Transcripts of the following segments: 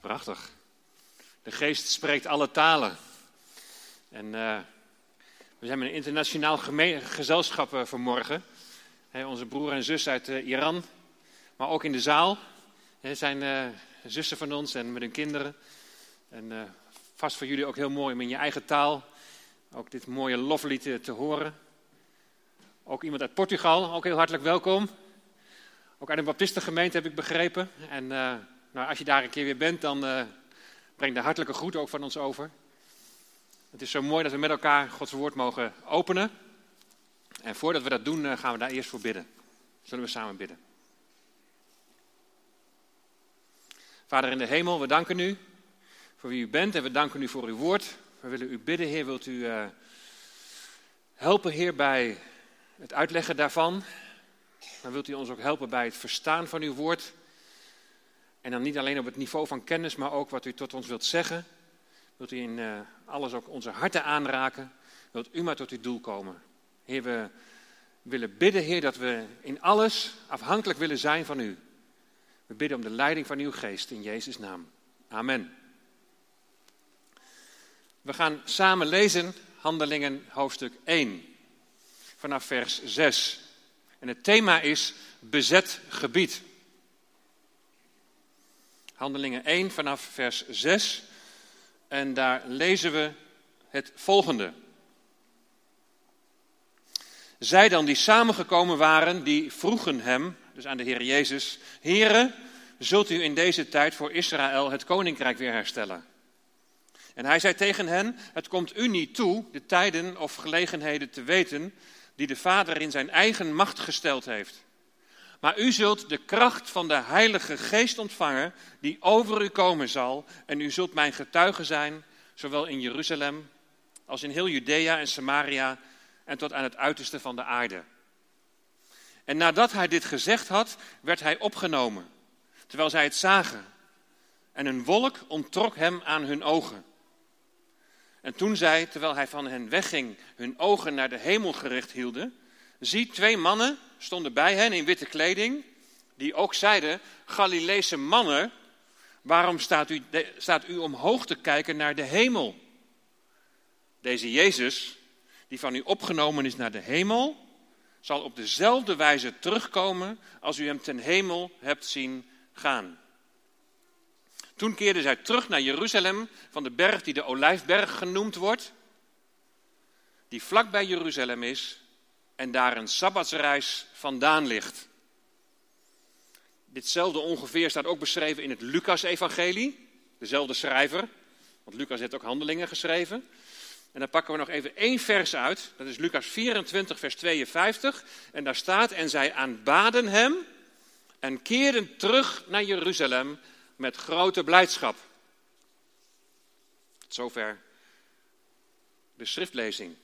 Prachtig. De geest spreekt alle talen. En we zijn met een internationaal gezelschap vanmorgen. Onze broer en zus uit Iran, maar ook in de zaal zijn zussen van ons en met hun kinderen. En vast voor jullie ook heel mooi om in je eigen taal ook dit mooie loflied te horen. Ook iemand uit Portugal, ook heel hartelijk welkom. Ook uit een baptistengemeente heb ik begrepen. En als je daar een keer weer bent, dan breng de hartelijke groeten ook van ons over. Het is zo mooi dat we met elkaar Gods woord mogen openen. En voordat we dat doen, gaan we daar eerst voor bidden. Zullen we samen bidden. Vader in de hemel, we danken u voor wie u bent en we danken u voor uw woord. We willen u bidden, Heer, wilt u helpen, Heer, bij het uitleggen daarvan. Maar wilt u ons ook helpen bij het verstaan van uw woord. En dan niet alleen op het niveau van kennis, maar ook wat u tot ons wilt zeggen. Wilt u in alles ook onze harten aanraken. Wilt u maar tot uw doel komen. Heer, we willen bidden, Heer, dat we in alles afhankelijk willen zijn van u. We bidden om de leiding van uw geest in Jezus' naam. Amen. We gaan samen lezen Handelingen hoofdstuk 1, vanaf vers 6. En het thema is bezet gebied. Handelingen 1 vanaf vers 6. En daar lezen we het volgende. Zij dan die samengekomen waren, die vroegen hem, dus aan de Heer Jezus: Heere, zult u in deze tijd voor Israël het koninkrijk weer herstellen? En hij zei tegen hen: het komt u niet toe de tijden of gelegenheden te weten die de Vader in zijn eigen macht gesteld heeft. Maar u zult de kracht van de Heilige Geest ontvangen die over u komen zal. En u zult mijn getuige zijn, zowel in Jeruzalem als in heel Judea en Samaria en tot aan het uiterste van de aarde. En nadat hij dit gezegd had, werd hij opgenomen, terwijl zij het zagen. En een wolk onttrok hem aan hun ogen. En toen zij, terwijl hij van hen wegging, hun ogen naar de hemel gericht hielden, zie, 2 mannen stonden bij hen in witte kleding, die ook zeiden: Galileese mannen, waarom staat u omhoog te kijken naar de hemel? Deze Jezus, die van u opgenomen is naar de hemel, zal op dezelfde wijze terugkomen als u hem ten hemel hebt zien gaan. Toen keerden zij terug naar Jeruzalem van de berg die de Olijfberg genoemd wordt, die vlak bij Jeruzalem is en daar een sabbatsreis vandaan ligt. Ditzelfde ongeveer staat ook beschreven in het Lucas-evangelie, dezelfde schrijver, want Lucas heeft ook Handelingen geschreven. En dan pakken we nog even 1 vers uit, dat is Lucas 24 vers 52. En daar staat: en zij aanbaden hem en keerden terug naar Jeruzalem met grote blijdschap. Tot zover de schriftlezing.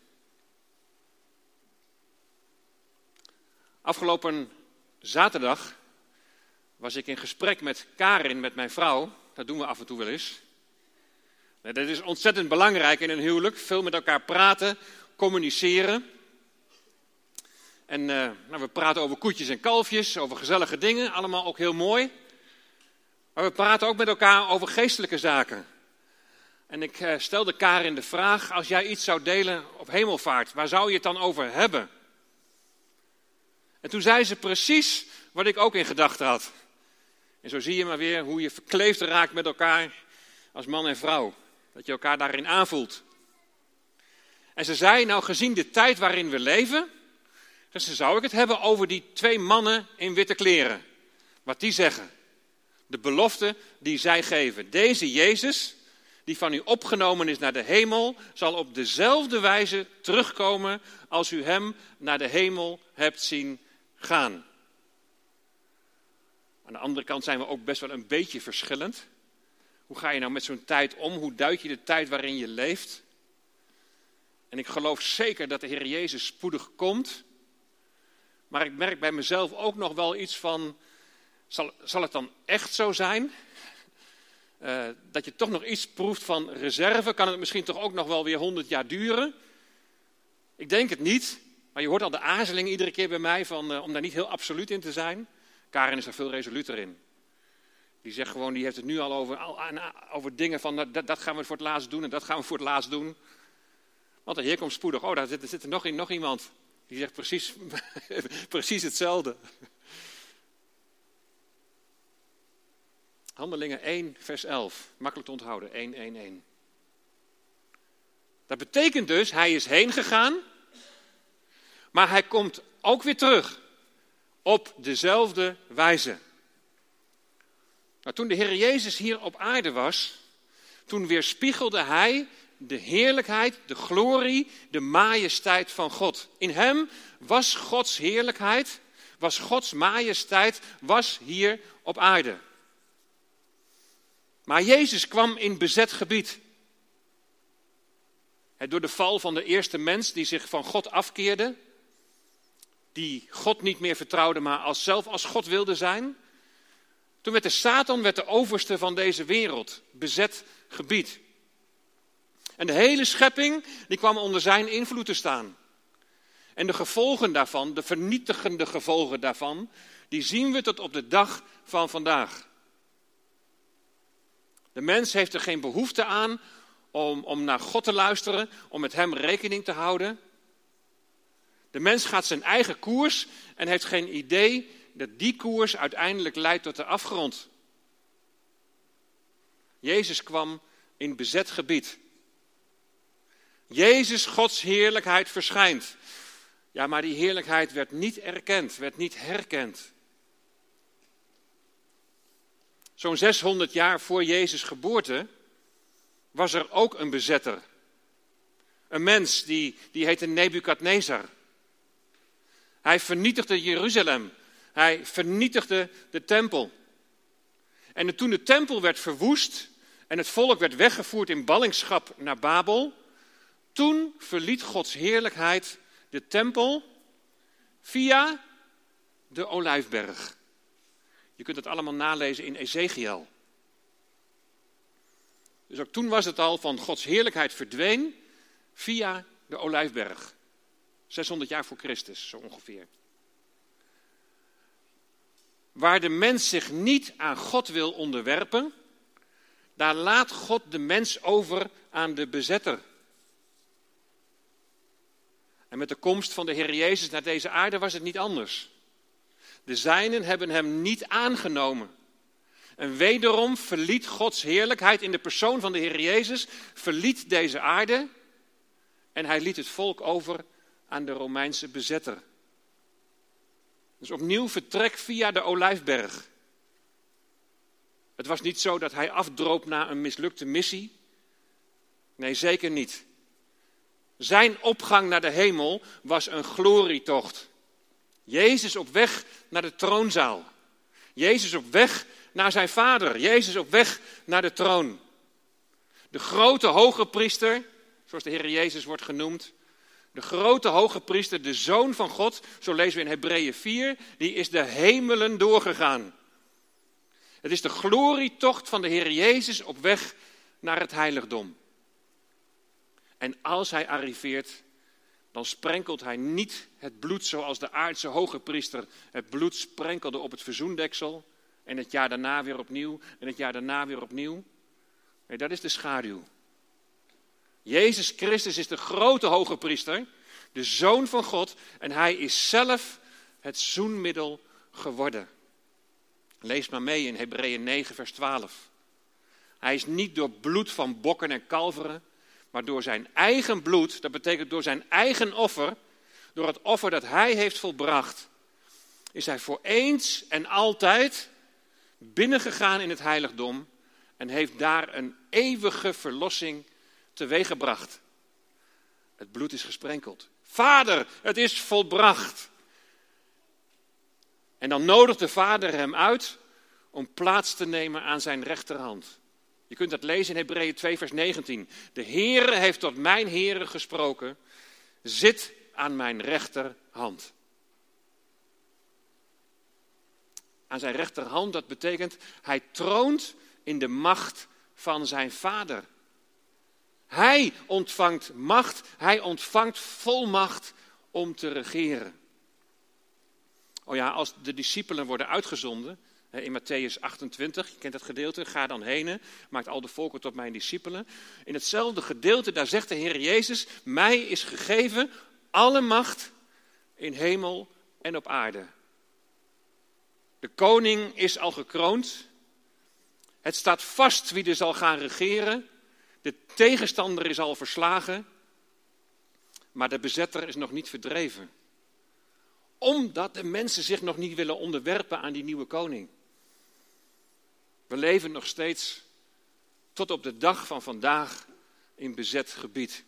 Afgelopen zaterdag was ik in gesprek met Karin, met mijn vrouw. Dat doen we af en toe wel eens. Dat is ontzettend belangrijk in een huwelijk. Veel met elkaar praten, communiceren. En we praten over koetjes en kalfjes, over gezellige dingen. Allemaal ook heel mooi. Maar we praten ook met elkaar over geestelijke zaken. En ik stelde Karin de vraag: als jij iets zou delen op hemelvaart, waar zou je het dan over hebben? En toen zei ze precies wat ik ook in gedachten had. En zo zie je maar weer hoe je verkleefd raakt met elkaar als man en vrouw. Dat je elkaar daarin aanvoelt. En ze zei: nou, gezien de tijd waarin we leven, dus zou ik het hebben over die 2 mannen in witte kleren. Wat die zeggen. De belofte die zij geven. Deze Jezus, die van u opgenomen is naar de hemel, zal op dezelfde wijze terugkomen als u hem naar de hemel hebt zien gaan. Aan de andere kant zijn we ook best wel een beetje verschillend. Hoe ga je nou met zo'n tijd om? Hoe duid je de tijd waarin je leeft? En ik geloof zeker dat de Heer Jezus spoedig komt. Maar ik merk bij mezelf ook nog wel iets van: zal het dan echt zo zijn? Dat je toch nog iets proeft van reserve? Kan het misschien toch ook nog wel weer 100 jaar duren? Ik denk het niet. Maar je hoort al de aarzeling iedere keer bij mij om daar niet heel absoluut in te zijn. Karin is er veel resoluter in. Die zegt gewoon, die heeft het nu al over dingen van, dat gaan we voor het laatst doen en dat gaan we voor het laatst doen. Want de Heer komt spoedig. Oh, daar zit er nog iemand. Die zegt precies hetzelfde. Handelingen 1, vers 11. Makkelijk te onthouden. 1. Dat betekent dus, hij is heen gegaan. Maar hij komt ook weer terug. Op dezelfde wijze. Nou, toen de Heer Jezus hier op aarde was, toen weerspiegelde hij de heerlijkheid, de glorie, de majesteit van God. In hem was Gods heerlijkheid, was Gods majesteit, was hier op aarde. Maar Jezus kwam in bezet gebied. Door de val van de eerste mens die zich van God afkeerde, die God niet meer vertrouwde, maar zelf als God wilde zijn. Toen werd de Satan de overste van deze wereld, bezet gebied. En de hele schepping die kwam onder zijn invloed te staan. En de gevolgen daarvan, de vernietigende gevolgen daarvan, die zien we tot op de dag van vandaag. De mens heeft er geen behoefte aan om naar God te luisteren, om met hem rekening te houden. De mens gaat zijn eigen koers en heeft geen idee dat die koers uiteindelijk leidt tot de afgrond. Jezus kwam in bezet gebied. Jezus, Gods heerlijkheid, verschijnt. Ja, maar die heerlijkheid werd niet erkend, werd niet herkend. Zo'n 600 jaar voor Jezus' geboorte was er ook een bezetter. Een mens die heette Nebukadnezar. Hij vernietigde Jeruzalem. Hij vernietigde de tempel. En toen de tempel werd verwoest en het volk werd weggevoerd in ballingschap naar Babel, toen verliet Gods heerlijkheid de tempel via de Olijfberg. Je kunt het allemaal nalezen in Ezekiel. Dus ook toen was het al van Gods heerlijkheid verdween via de Olijfberg. 600 jaar voor Christus, zo ongeveer. Waar de mens zich niet aan God wil onderwerpen, daar laat God de mens over aan de bezetter. En met de komst van de Heer Jezus naar deze aarde was het niet anders. De zijnen hebben hem niet aangenomen. En wederom verliet Gods heerlijkheid in de persoon van de Heer Jezus, verliet deze aarde en hij liet het volk over aan de Romeinse bezetter. Dus opnieuw vertrek via de Olijfberg. Het was niet zo dat hij afdroop na een mislukte missie. Nee, zeker niet. Zijn opgang naar de hemel was een glorietocht. Jezus op weg naar de troonzaal. Jezus op weg naar zijn Vader. Jezus op weg naar de troon. De grote hoge priester, zoals de Heer Jezus wordt genoemd. De grote hoge priester, de Zoon van God, zo lezen we in Hebreeën 4, die is de hemelen doorgegaan. Het is de glorietocht van de Heer Jezus op weg naar het heiligdom. En als hij arriveert, dan sprenkelt hij niet het bloed zoals de aardse hoge priester het bloed sprenkelde op het verzoendeksel. En het jaar daarna weer opnieuw en het jaar daarna weer opnieuw. Nee, dat is de schaduw. Jezus Christus is de grote hoge priester, de Zoon van God. En hij is zelf het zoenmiddel geworden. Lees maar mee in Hebreeën 9 vers 12. Hij is niet door bloed van bokken en kalveren, maar door zijn eigen bloed, dat betekent door zijn eigen offer, door het offer dat hij heeft volbracht, is hij voor eens en altijd binnengegaan in het heiligdom en heeft daar een eeuwige verlossing teweeggebracht. Het bloed is gesprenkeld. Vader, het is volbracht. En dan nodigt de Vader hem uit om plaats te nemen aan zijn rechterhand. Je kunt dat lezen in Hebreeën 2 vers 19. De Heere heeft tot mijn Heere gesproken. Zit aan mijn rechterhand. Aan zijn rechterhand, dat betekent hij troont in de macht van zijn Vader. Hij ontvangt macht, hij ontvangt volmacht om te regeren. Oh ja, als de discipelen worden uitgezonden In Mattheüs 28, je kent dat gedeelte, ga dan heen, maakt al de volken tot mijn discipelen. In hetzelfde gedeelte, daar zegt de Heer Jezus, mij is gegeven alle macht in hemel en op aarde. De koning is al gekroond. Het staat vast wie er zal gaan regeren. De tegenstander is al verslagen. Maar de bezetter is nog niet verdreven. Omdat de mensen zich nog niet willen onderwerpen aan die nieuwe koning. We leven nog steeds tot op de dag van vandaag in bezet gebied.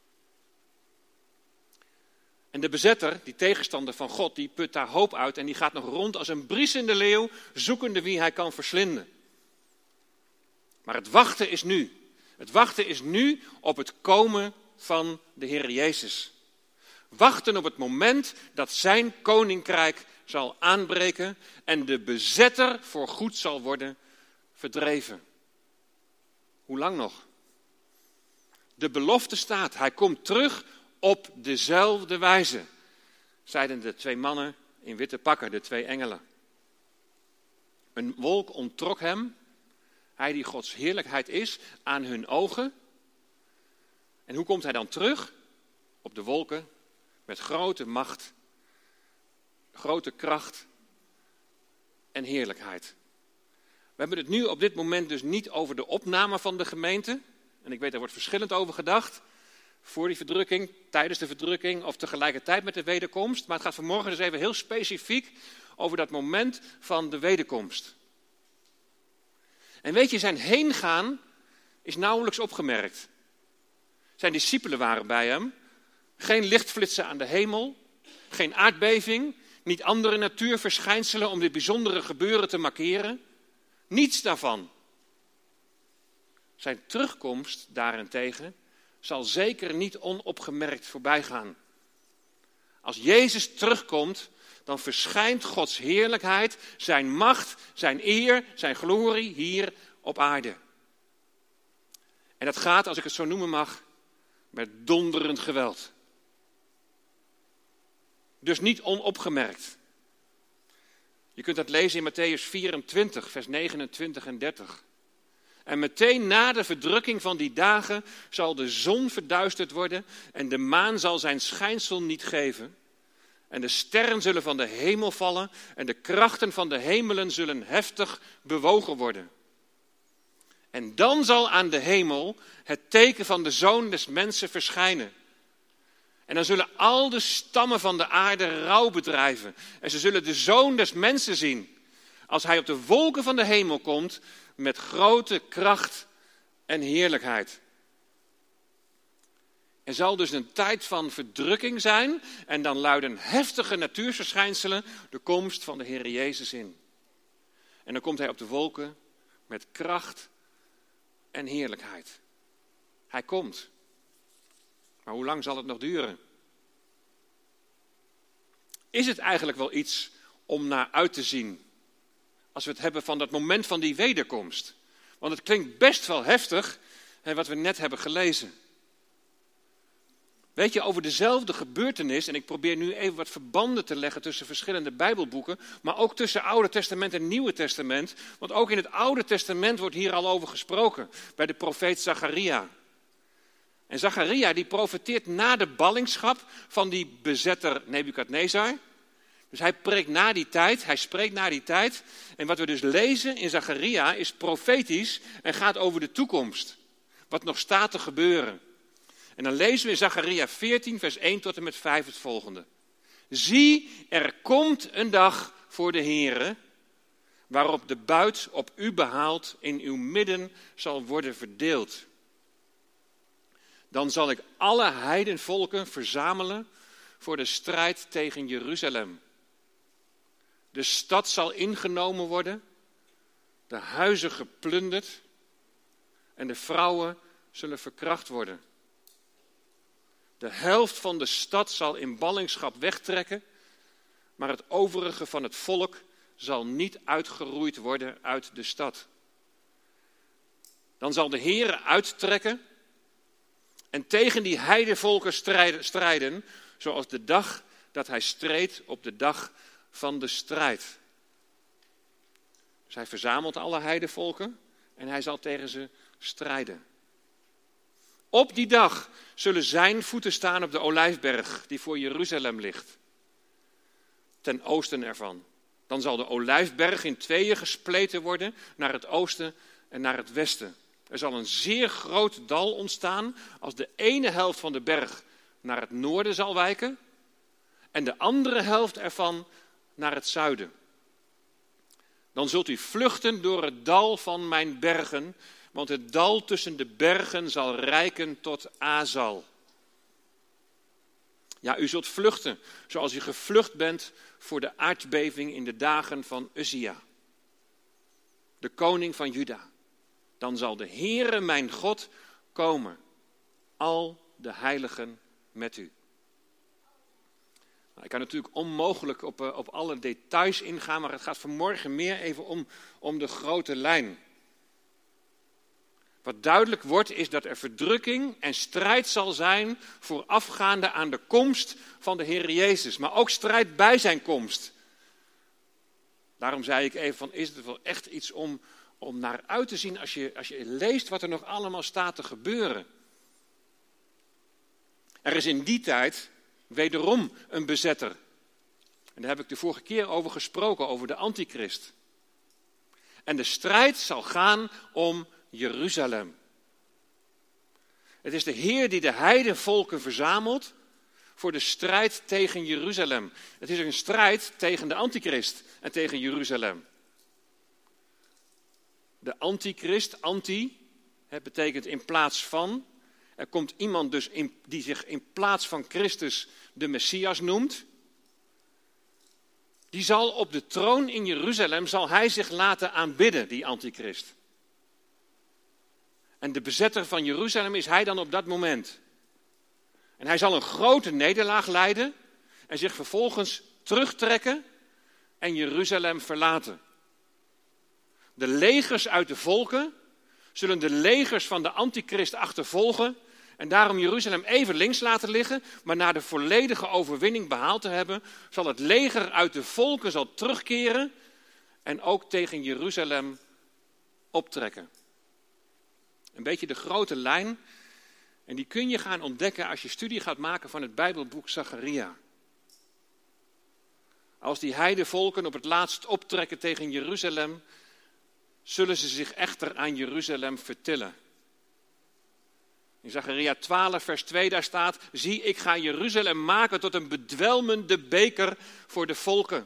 En de bezetter, die tegenstander van God, die put daar hoop uit en die gaat nog rond als een briesende leeuw, zoekende wie hij kan verslinden. Maar het wachten is nu. Het wachten is nu op het komen van de Heer Jezus. Wachten op het moment dat zijn koninkrijk zal aanbreken en de bezetter voorgoed zal worden verdreven. Hoe lang nog? De belofte staat, hij komt terug op dezelfde wijze, zeiden de twee mannen in witte pakken, de twee engelen. Een wolk onttrok hem, hij die Gods heerlijkheid is, aan hun ogen. En hoe komt hij dan terug? Op de wolken, met grote macht, grote kracht en heerlijkheid. We hebben het nu op dit moment dus niet over de opname van de gemeente. En ik weet, daar wordt verschillend over gedacht. Voor die verdrukking, tijdens de verdrukking of tegelijkertijd met de wederkomst. Maar het gaat vanmorgen dus even heel specifiek over dat moment van de wederkomst. En weet je, zijn heengaan is nauwelijks opgemerkt. Zijn discipelen waren bij hem. Geen lichtflitsen aan de hemel. Geen aardbeving. Niet andere natuurverschijnselen om dit bijzondere gebeuren te markeren. Niets daarvan. Zijn terugkomst daarentegen zal zeker niet onopgemerkt voorbij gaan. Als Jezus terugkomt, dan verschijnt Gods heerlijkheid, zijn macht, zijn eer, zijn glorie hier op aarde. En dat gaat, als ik het zo noemen mag, met donderend geweld. Dus niet onopgemerkt. Je kunt dat lezen in Mattheüs 24, vers 29 en 30. En meteen na de verdrukking van die dagen zal de zon verduisterd worden en de maan zal zijn schijnsel niet geven. En de sterren zullen van de hemel vallen en de krachten van de hemelen zullen heftig bewogen worden. En dan zal aan de hemel het teken van de Zoon des Mensen verschijnen. En dan zullen al de stammen van de aarde rouw bedrijven. En ze zullen de Zoon des Mensen zien, als hij op de wolken van de hemel komt, met grote kracht en heerlijkheid. Er zal dus een tijd van verdrukking zijn en dan luiden heftige natuurverschijnselen de komst van de Heer Jezus in. En dan komt hij op de wolken met kracht en heerlijkheid. Hij komt. Maar hoe lang zal het nog duren? Is het eigenlijk wel iets om naar uit te zien? Als we het hebben van dat moment van die wederkomst. Want het klinkt best wel heftig, wat we net hebben gelezen. Weet je, over dezelfde gebeurtenis, en ik probeer nu even wat verbanden te leggen tussen verschillende Bijbelboeken, maar ook tussen Oude Testament en Nieuwe Testament. Want ook in het Oude Testament wordt hier al over gesproken, bij de profeet Zacharia. En Zacharia die profeteert na de ballingschap van die bezetter Nebukadnezar. Dus hij preekt na die tijd, hij spreekt na die tijd. En wat we dus lezen in Zacharia is profetisch en gaat over de toekomst. Wat nog staat te gebeuren. En dan lezen we in Zacharia 14 vers 1 tot en met 5 het volgende. Zie, er komt een dag voor de Heere, waarop de buit op u behaald in uw midden zal worden verdeeld. Dan zal ik alle heidenvolken verzamelen voor de strijd tegen Jeruzalem. De stad zal ingenomen worden, de huizen geplunderd en de vrouwen zullen verkracht worden. De helft van de stad zal in ballingschap wegtrekken, maar het overige van het volk zal niet uitgeroeid worden uit de stad. Dan zal de Heere uittrekken en tegen die heidevolken strijden, zoals de dag dat hij streed op de dag van de strijd. Dus hij verzamelt alle heidevolken en hij zal tegen ze strijden. Op die dag zullen zijn voeten staan op de Olijfberg die voor Jeruzalem ligt, ten oosten ervan. Dan zal de Olijfberg in tweeën gespleten worden naar het oosten en naar het westen. Er zal een zeer groot dal ontstaan als de ene helft van de berg naar het noorden zal wijken en de andere helft ervan naar het zuiden. Dan zult u vluchten door het dal van mijn bergen, want het dal tussen de bergen zal reiken tot Azal. Ja, u zult vluchten zoals u gevlucht bent voor de aardbeving in de dagen van Uzia, de koning van Juda. Dan zal de Heere mijn God komen, al de heiligen met u. Ik kan natuurlijk onmogelijk op alle details ingaan, maar het gaat vanmorgen meer even om de grote lijn. Wat duidelijk wordt is dat er verdrukking en strijd zal zijn voorafgaande aan de komst van de Heer Jezus. Maar ook strijd bij zijn komst. Daarom zei ik even van, is het wel echt iets om naar uit te zien als je leest wat er nog allemaal staat te gebeuren. Er is in die tijd wederom een bezetter. En daar heb ik de vorige keer over gesproken, over de antichrist. En de strijd zal gaan om Jeruzalem. Het is de Heer die de heidenvolken verzamelt voor de strijd tegen Jeruzalem. Het is een strijd tegen de antichrist en tegen Jeruzalem. De antichrist, anti, betekent in plaats van. Er komt iemand dus die zich in plaats van Christus de Messias noemt. Die zal op de troon in Jeruzalem, zal hij zich laten aanbidden, die antichrist. En de bezetter van Jeruzalem is hij dan op dat moment. En hij zal een grote nederlaag lijden en zich vervolgens terugtrekken en Jeruzalem verlaten. De legers uit de volken zullen de legers van de antichrist achtervolgen en daarom Jeruzalem even links laten liggen, maar na de volledige overwinning behaald te hebben, zal het leger uit de volken zal terugkeren en ook tegen Jeruzalem optrekken. Een beetje de grote lijn, en die kun je gaan ontdekken als je studie gaat maken van het Bijbelboek Zacharia. Als die heidevolken op het laatst optrekken tegen Jeruzalem, zullen ze zich echter aan Jeruzalem vertillen. In Zacharia 12 vers 2 daar staat, zie ik ga Jeruzalem maken tot een bedwelmende beker voor de volken.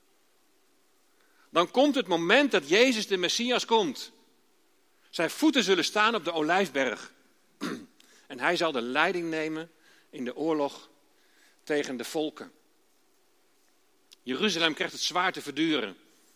Dan komt het moment dat Jezus de Messias komt. Zijn voeten zullen staan op de Olijfberg. En hij zal de leiding nemen in de oorlog tegen de volken. Jeruzalem krijgt het zwaar te verduren.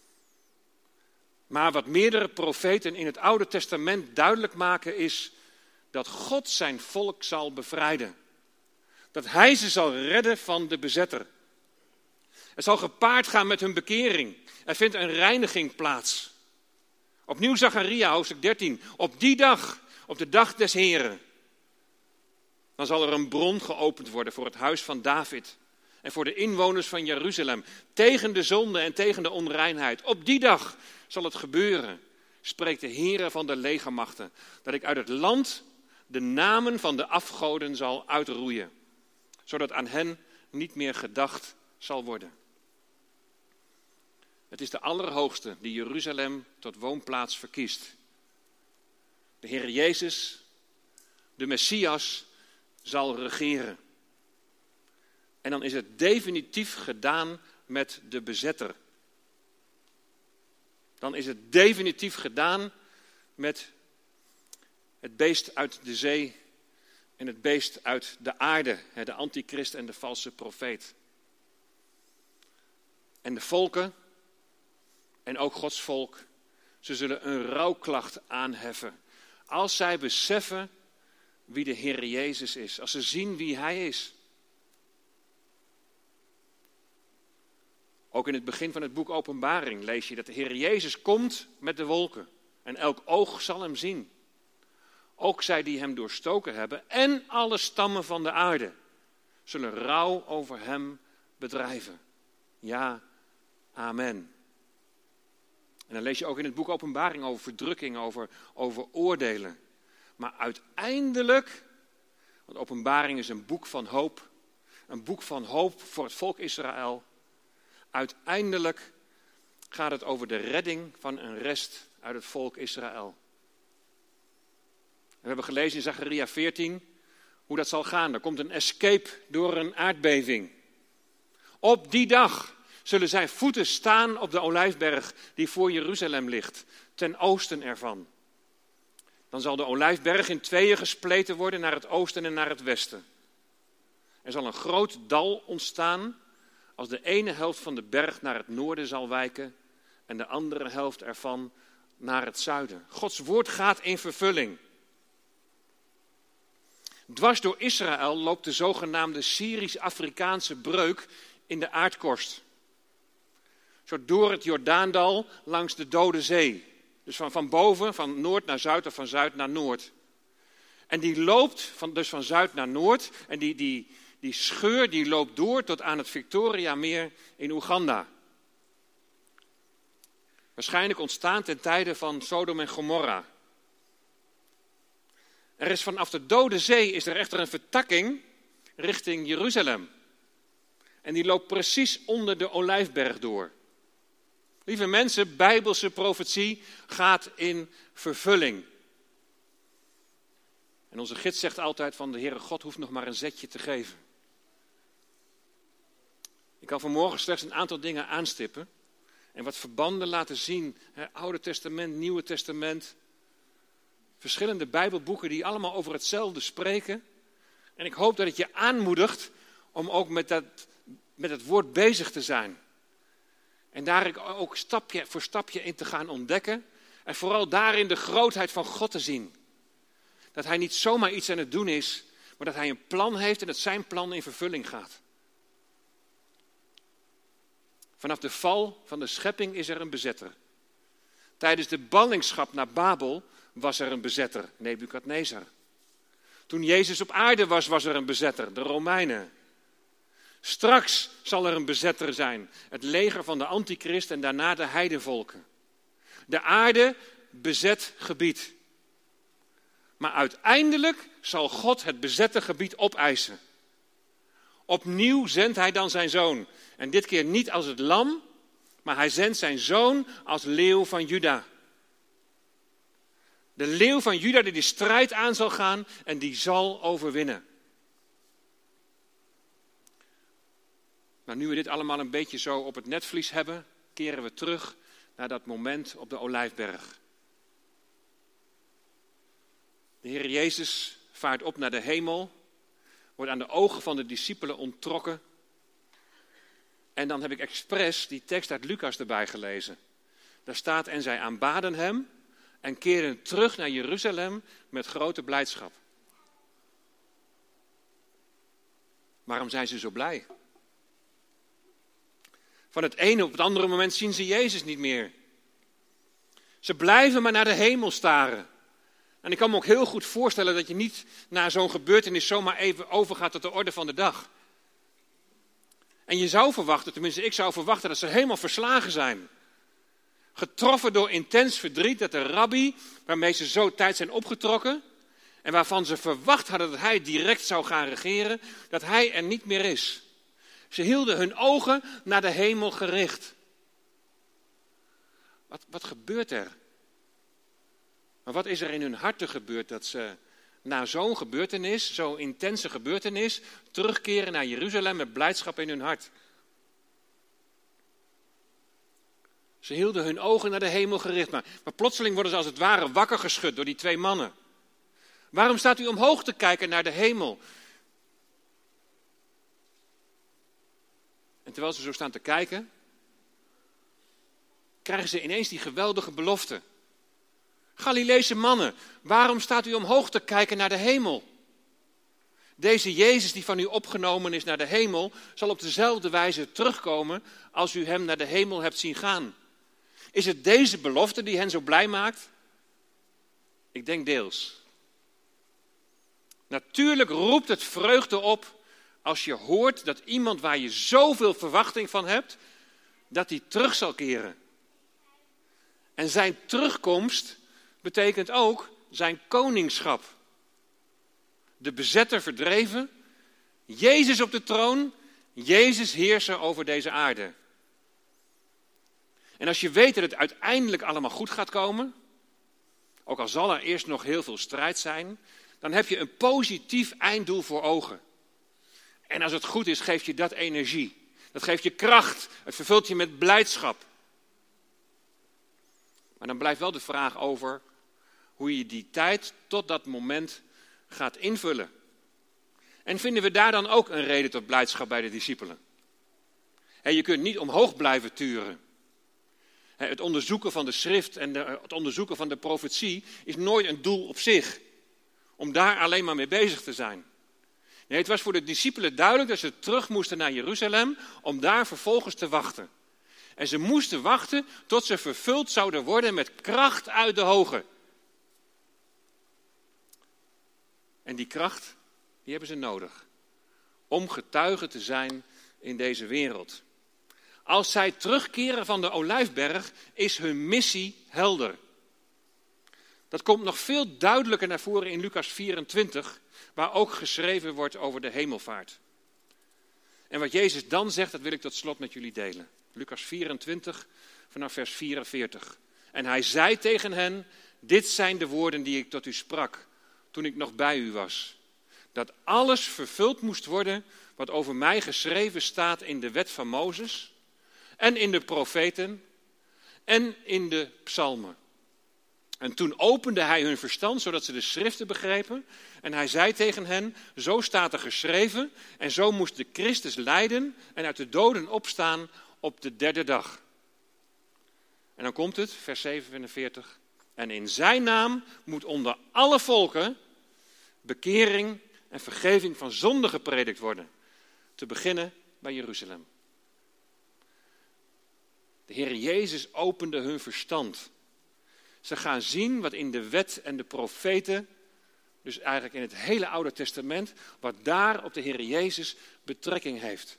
Maar wat meerdere profeten in het Oude Testament duidelijk maken is dat God zijn volk zal bevrijden. Dat hij ze zal redden van de bezetter. Het zal gepaard gaan met hun bekering. Er vindt een reiniging plaats. Opnieuw Zacharia, hoofdstuk 13. Op die dag, op de dag des Heren, dan zal er een bron geopend worden voor het huis van David en voor de inwoners van Jeruzalem, tegen de zonde en tegen de onreinheid. Op die dag zal het gebeuren, spreekt de Heere van de legermachten, dat ik uit het land de namen van de afgoden zal uitroeien, zodat aan hen niet meer gedacht zal worden. Het is de Allerhoogste die Jeruzalem tot woonplaats verkiest. De Heer Jezus, de Messias, zal regeren. En dan is het definitief gedaan met de bezetter. Dan is het definitief gedaan met het beest uit de zee en het beest uit de aarde, de antichrist en de valse profeet. En de volken, en ook Gods volk, ze zullen een rouwklacht aanheffen. Als zij beseffen wie de Heer Jezus is, als ze zien wie Hij is. Ook in het begin van het boek Openbaring lees je dat de Heer Jezus komt met de wolken. En elk oog zal hem zien. Ook zij die hem doorstoken hebben en alle stammen van de aarde zullen rouw over hem bedrijven. Ja, amen. En dan lees je ook in het boek Openbaring over verdrukking, over oordelen. Maar uiteindelijk, want Openbaring is een boek van hoop. Een boek van hoop voor het volk Israël. Uiteindelijk gaat het over de redding van een rest uit het volk Israël. We hebben gelezen in Zacharia 14 hoe dat zal gaan. Er komt een escape door een aardbeving. Op die dag zullen zijn voeten staan op de olijfberg die voor Jeruzalem ligt, ten oosten ervan. Dan zal de olijfberg in tweeën gespleten worden naar het oosten en naar het westen. Er zal een groot dal ontstaan als de ene helft van de berg naar het noorden zal wijken en de andere helft ervan naar het zuiden. Gods woord gaat in vervulling. Dwars door Israël loopt de zogenaamde Syrisch-Afrikaanse breuk in de aardkorst. Zo door het Jordaandal langs de Dode Zee. Dus van boven, van noord naar zuid of van zuid naar noord. En die loopt dus van zuid naar noord. En die scheur die loopt door tot aan het Victoriameer in Oeganda. Waarschijnlijk ontstaan ten tijde van Sodom en Gomorra. Er is vanaf de Dode Zee is er echter een vertakking richting Jeruzalem. En die loopt precies onder de Olijfberg door. Lieve mensen, bijbelse profetie gaat in vervulling. En onze gids zegt altijd van de Heere God hoeft nog maar een zetje te geven. Ik kan vanmorgen slechts een aantal dingen aanstippen. En wat verbanden laten zien. Oude Testament, Nieuwe Testament. Verschillende Bijbelboeken die allemaal over hetzelfde spreken. En ik hoop dat het je aanmoedigt om ook met het woord bezig te zijn. En daar ook stapje voor stapje in te gaan ontdekken. En vooral daarin de grootheid van God te zien. Dat hij niet zomaar iets aan het doen is, maar dat hij een plan heeft en dat zijn plan in vervulling gaat. Vanaf de val van de schepping is er een bezetter. Tijdens de ballingschap naar Babel was er een bezetter, Nebukadnezar. Toen Jezus op aarde was, was er een bezetter, de Romeinen. Straks zal er een bezetter zijn, het leger van de antichrist en daarna de heidenvolken. De aarde bezet gebied. Maar uiteindelijk zal God het bezette gebied opeisen. Opnieuw zendt hij dan zijn zoon. En dit keer niet als het lam, maar hij zendt zijn zoon als leeuw van Juda. De leeuw van Juda die de strijd aan zal gaan en die zal overwinnen. Maar nu we dit allemaal een beetje zo op het netvlies hebben, keren we terug naar dat moment op de Olijfberg. De Heer Jezus vaart op naar de hemel, wordt aan de ogen van de discipelen onttrokken. En dan heb ik expres die tekst uit Lucas erbij gelezen. Daar staat, en zij aanbaden hem en keerden terug naar Jeruzalem met grote blijdschap. Waarom zijn ze zo blij? Van het ene op het andere moment zien ze Jezus niet meer. Ze blijven maar naar de hemel staren. En ik kan me ook heel goed voorstellen dat je niet na zo'n gebeurtenis zomaar even overgaat tot de orde van de dag. En je zou verwachten, tenminste ik zou verwachten, dat ze helemaal verslagen zijn. Getroffen door intens verdriet dat de rabbi, waarmee ze zo tijd zijn opgetrokken, en waarvan ze verwacht hadden dat hij direct zou gaan regeren, dat hij er niet meer is. Ze hielden hun ogen naar de hemel gericht. Wat gebeurt er? Maar wat is er in hun harten gebeurd dat ze na zo'n gebeurtenis, zo'n intense gebeurtenis, terugkeren naar Jeruzalem met blijdschap in hun hart? Ze hielden hun ogen naar de hemel gericht, maar plotseling worden ze als het ware wakker geschud door die twee mannen. Waarom staat u omhoog te kijken naar de hemel? En terwijl ze zo staan te kijken, krijgen ze ineens die geweldige belofte. Galileese mannen, waarom staat u omhoog te kijken naar de hemel? Deze Jezus die van u opgenomen is naar de hemel, zal op dezelfde wijze terugkomen als u hem naar de hemel hebt zien gaan. Is het deze belofte die hen zo blij maakt? Ik denk deels. Natuurlijk roept het vreugde op als je hoort dat iemand waar je zoveel verwachting van hebt, dat hij terug zal keren. En zijn terugkomst betekent ook zijn koningschap. De bezetter verdreven, Jezus op de troon, Jezus heerser over deze aarde. En als je weet dat het uiteindelijk allemaal goed gaat komen, ook al zal er eerst nog heel veel strijd zijn, dan heb je een positief einddoel voor ogen. En als het goed is, geeft je dat energie. Dat geeft je kracht. Het vervult je met blijdschap. Maar dan blijft wel de vraag over hoe je die tijd tot dat moment gaat invullen. En vinden we daar dan ook een reden tot blijdschap bij de discipelen? Je kunt niet omhoog blijven turen. Het onderzoeken van de schrift en het onderzoeken van de profetie is nooit een doel op zich. Om daar alleen maar mee bezig te zijn. Nee, het was voor de discipelen duidelijk dat ze terug moesten naar Jeruzalem om daar vervolgens te wachten. En ze moesten wachten tot ze vervuld zouden worden met kracht uit de hoge. En die kracht, die hebben ze nodig. Om getuige te zijn in deze wereld. Als zij terugkeren van de Olijfberg, is hun missie helder. Dat komt nog veel duidelijker naar voren in Lucas 24, waar ook geschreven wordt over de hemelvaart. En wat Jezus dan zegt, dat wil ik tot slot met jullie delen. Lucas 24, vanaf vers 44. En hij zei tegen hen, dit zijn de woorden die ik tot u sprak, toen ik nog bij u was. Dat alles vervuld moest worden wat over mij geschreven staat in de wet van Mozes en in de profeten en in de psalmen. En toen opende hij hun verstand, zodat ze de schriften begrepen. En hij zei tegen hen, zo staat er geschreven, en zo moest de Christus lijden en uit de doden opstaan op de derde dag. En dan komt het, vers 47. En in zijn naam moet onder alle volken bekering en vergeving van zonde gepredikt worden. Te beginnen bij Jeruzalem. De Heer Jezus opende hun verstand. Ze gaan zien wat in de wet en de profeten, dus eigenlijk in het hele Oude Testament, wat daar op de Heer Jezus betrekking heeft.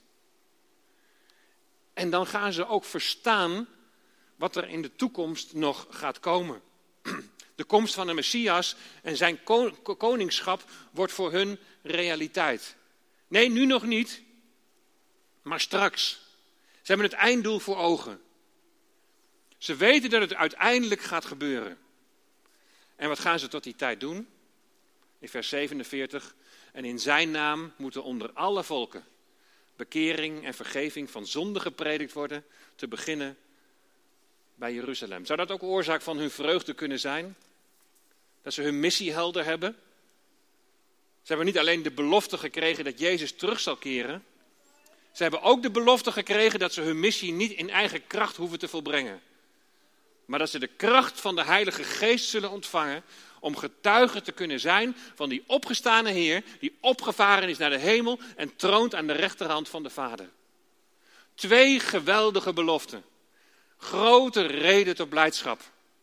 En dan gaan ze ook verstaan wat er in de toekomst nog gaat komen. De komst van de Messias en zijn koningschap wordt voor hun realiteit. Nee, nu nog niet, maar straks. Ze hebben het einddoel voor ogen. Ze weten dat het uiteindelijk gaat gebeuren. En wat gaan ze tot die tijd doen? In vers 47. En in zijn naam moeten onder alle volken bekering en vergeving van zonde gepredikt worden, te beginnen bij Jeruzalem. Zou dat ook oorzaak van hun vreugde kunnen zijn? Dat ze hun missie helder hebben? Ze hebben niet alleen de belofte gekregen dat Jezus terug zal keren. Ze hebben ook de belofte gekregen dat ze hun missie niet in eigen kracht hoeven te volbrengen. Maar dat ze de kracht van de Heilige Geest zullen ontvangen om getuige te kunnen zijn van die opgestane Heer die opgevaren is naar de hemel en troont aan de rechterhand van de Vader. 2 geweldige beloften. Grote reden tot blijdschap.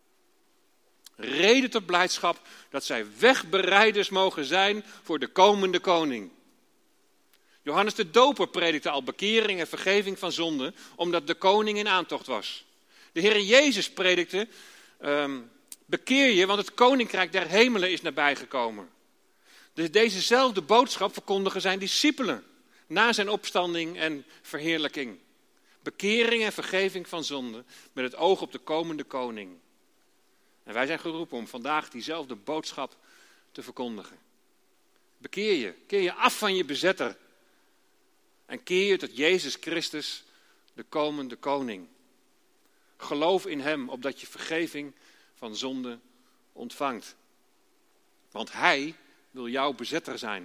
Reden tot blijdschap dat zij wegbereiders mogen zijn voor de komende koning. Johannes de Doper predikte al bekering en vergeving van zonde, omdat de koning in aantocht was. De Heer Jezus predikte, bekeer je, want het koninkrijk der hemelen is nabijgekomen. Dus dezezelfde boodschap verkondigen zijn discipelen na zijn opstanding en verheerlijking. Bekering en vergeving van zonde met het oog op de komende koning. En wij zijn geroepen om vandaag diezelfde boodschap te verkondigen. Bekeer je af van je bezetter. En keer je tot Jezus Christus, de komende koning. Geloof in hem, opdat je vergeving van zonde ontvangt. Want hij wil jouw bezetter zijn.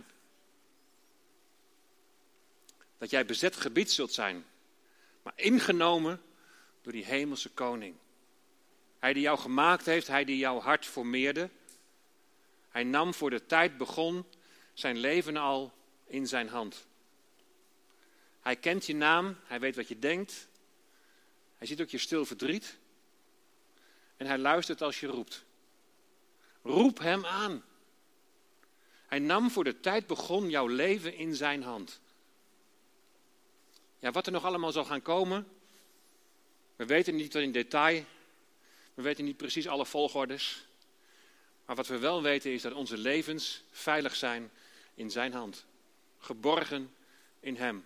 Dat jij bezet gebied zult zijn, maar ingenomen door die hemelse koning. Hij die jou gemaakt heeft, hij die jouw hart formeerde. Hij nam voor de tijd begon zijn leven al in zijn hand. Hij kent je naam, hij weet wat je denkt. Hij ziet ook je stil verdriet. En hij luistert als je roept. Roep hem aan. Hij nam voor de tijd begon jouw leven in zijn hand. Ja, wat er nog allemaal zal gaan komen, we weten niet tot in detail. We weten niet precies alle volgordes. Maar wat we wel weten is dat onze levens veilig zijn in zijn hand. Geborgen in hem.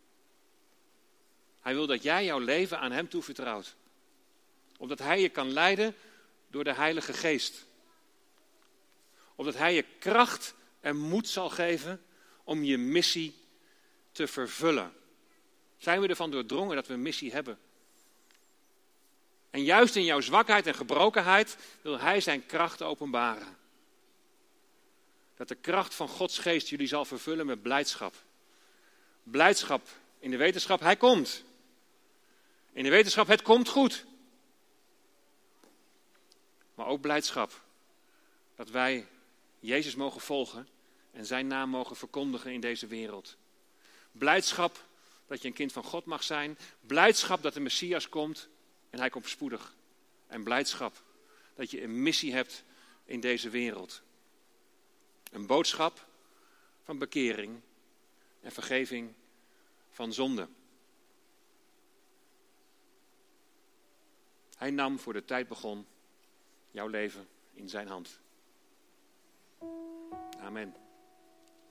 Hij wil dat jij jouw leven aan hem toevertrouwt. Opdat hij je kan leiden door de Heilige Geest. Opdat hij je kracht en moed zal geven om je missie te vervullen. Zijn we ervan doordrongen dat we een missie hebben? En juist in jouw zwakheid en gebrokenheid wil hij zijn kracht openbaren. Dat de kracht van Gods geest jullie zal vervullen met blijdschap. Blijdschap in de wetenschap, hij komt. In de wetenschap, het komt goed. Maar ook blijdschap dat wij Jezus mogen volgen en zijn naam mogen verkondigen in deze wereld. Blijdschap dat je een kind van God mag zijn. Blijdschap dat de Messias komt en hij komt spoedig. En blijdschap dat je een missie hebt in deze wereld. Een boodschap van bekering en vergeving van zonde. Hij nam voor de tijd begon jouw leven in zijn hand. Amen.